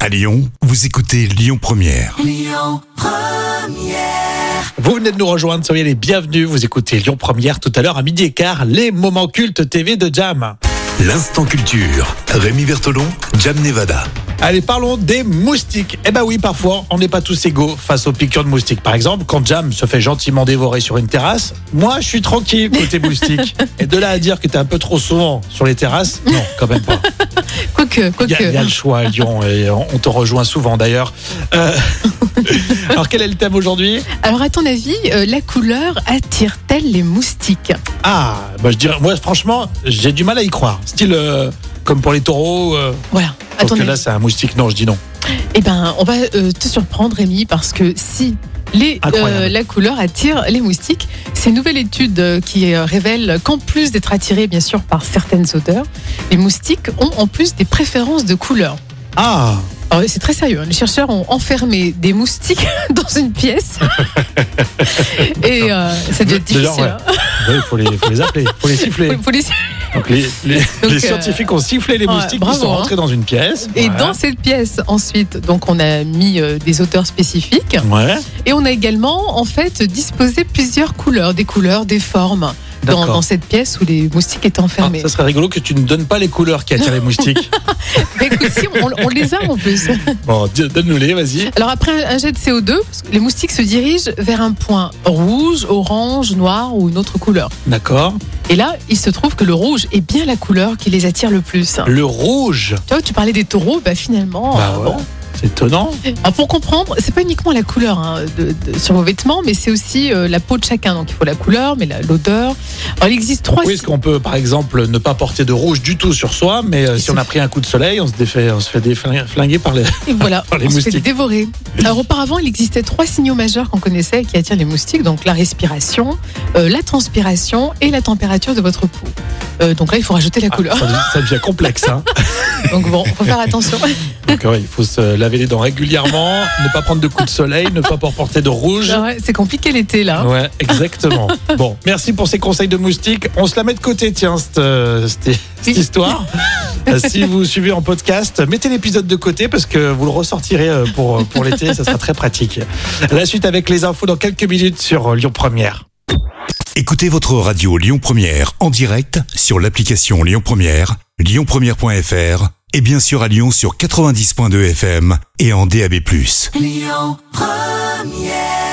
À Lyon, vous écoutez Lyon Première. Vous venez de nous rejoindre, soyez les bienvenus. Vous écoutez Lyon Première tout à l'heure à 12h15, les moments cultes TV de Jam. L'instant culture. Rémi Bertolon, Jam Nevada. Allez, parlons des moustiques. Eh ben oui, parfois, on n'est pas tous égaux face aux piqûres de moustiques. Par exemple, quand Jam se fait gentiment dévorer sur une terrasse, moi, je suis tranquille côté moustique. Et de là à dire que t'es un peu trop souvent sur les terrasses, non, quand même pas. Quoique. Il y a le choix à Lyon et on te rejoint souvent d'ailleurs. Alors, quel est le thème aujourd'hui ? Alors, à ton avis, la couleur attire-t-elle les moustiques ? Ah, bah je dirais, moi, franchement, j'ai du mal à y croire. Style, comme pour les taureaux. Voilà. À Parce ton que avis. là, c'est un moustique. Non, je dis non. Eh ben, on va te surprendre, Rémi, parce que si Incroyable. la couleur attire les moustiques, c'est une nouvelle étude qui révèle qu'en plus d'être attirés, bien sûr, par certaines odeurs, les moustiques ont en plus des préférences de couleur. Ah, Alors, c'est très sérieux. Les chercheurs ont enfermé des moustiques dans une pièce. Et ça devait être difficile. D'ailleurs, ouais. Oui, faut les appeler, faut les siffler. Faut les- Donc les scientifiques ont sifflé les ouais, moustiques bravo, qui sont hein. rentrés dans une pièce. Et Voilà. dans cette pièce, ensuite, donc on a mis des odeurs spécifiques. Ouais. Et on a également, en fait, disposé plusieurs couleurs, des couleurs, des formes, D'accord. dans cette pièce où les moustiques étaient Ah, enfermés. ça serait rigolo que tu ne donnes pas les couleurs qui attirent les moustiques. Mais écoute, si, on les a en plus. Bon, donne-nous-les, vas-y. Alors après un jet de CO2, les moustiques se dirigent vers un point rouge, orange, noir ou une autre couleur. D'accord. Et là, il se trouve que le rouge est bien la couleur qui les attire le plus. Le rouge. Tu vois, tu parlais des taureaux, bah finalement, Bah ouais. bon. C'est étonnant. Alors pour comprendre, c'est pas uniquement la couleur sur vos vêtements, mais c'est aussi la peau de chacun. Donc il faut la couleur, mais l'odeur. Alors il existe trois. Oui, est-ce qu'on peut, par exemple, ne pas porter de rouge du tout sur soi, mais si on a pris un coup de soleil, on se fait flinguer par les... Et voilà, Par les on se fait moustiques. dévorer. Alors auparavant, il existait 3 signaux majeurs qu'on connaissait qui attirent les moustiques, donc la respiration, la transpiration et la température de votre peau. Donc là, il faut rajouter la couleur. Ça devient complexe, hein. Donc bon, faut faire attention. Donc ouais, il faut se laver les dents régulièrement, ne pas prendre de coups de soleil, ne pas porter de rouge. Ah ouais, c'est compliqué l'été là. Ouais, exactement. Bon, merci pour ces conseils de moustiques. On se la met de côté, tiens, cette histoire. Si vous suivez en podcast, mettez l'épisode de côté parce que vous le ressortirez pour l'été, ça sera très pratique. La suite avec les infos dans quelques minutes sur Lyon Première. Écoutez votre radio Lyon Première en direct sur l'application Lyon Première, lyonpremière.fr et bien sûr à Lyon sur 90.2 FM et en DAB+. Lyon Première.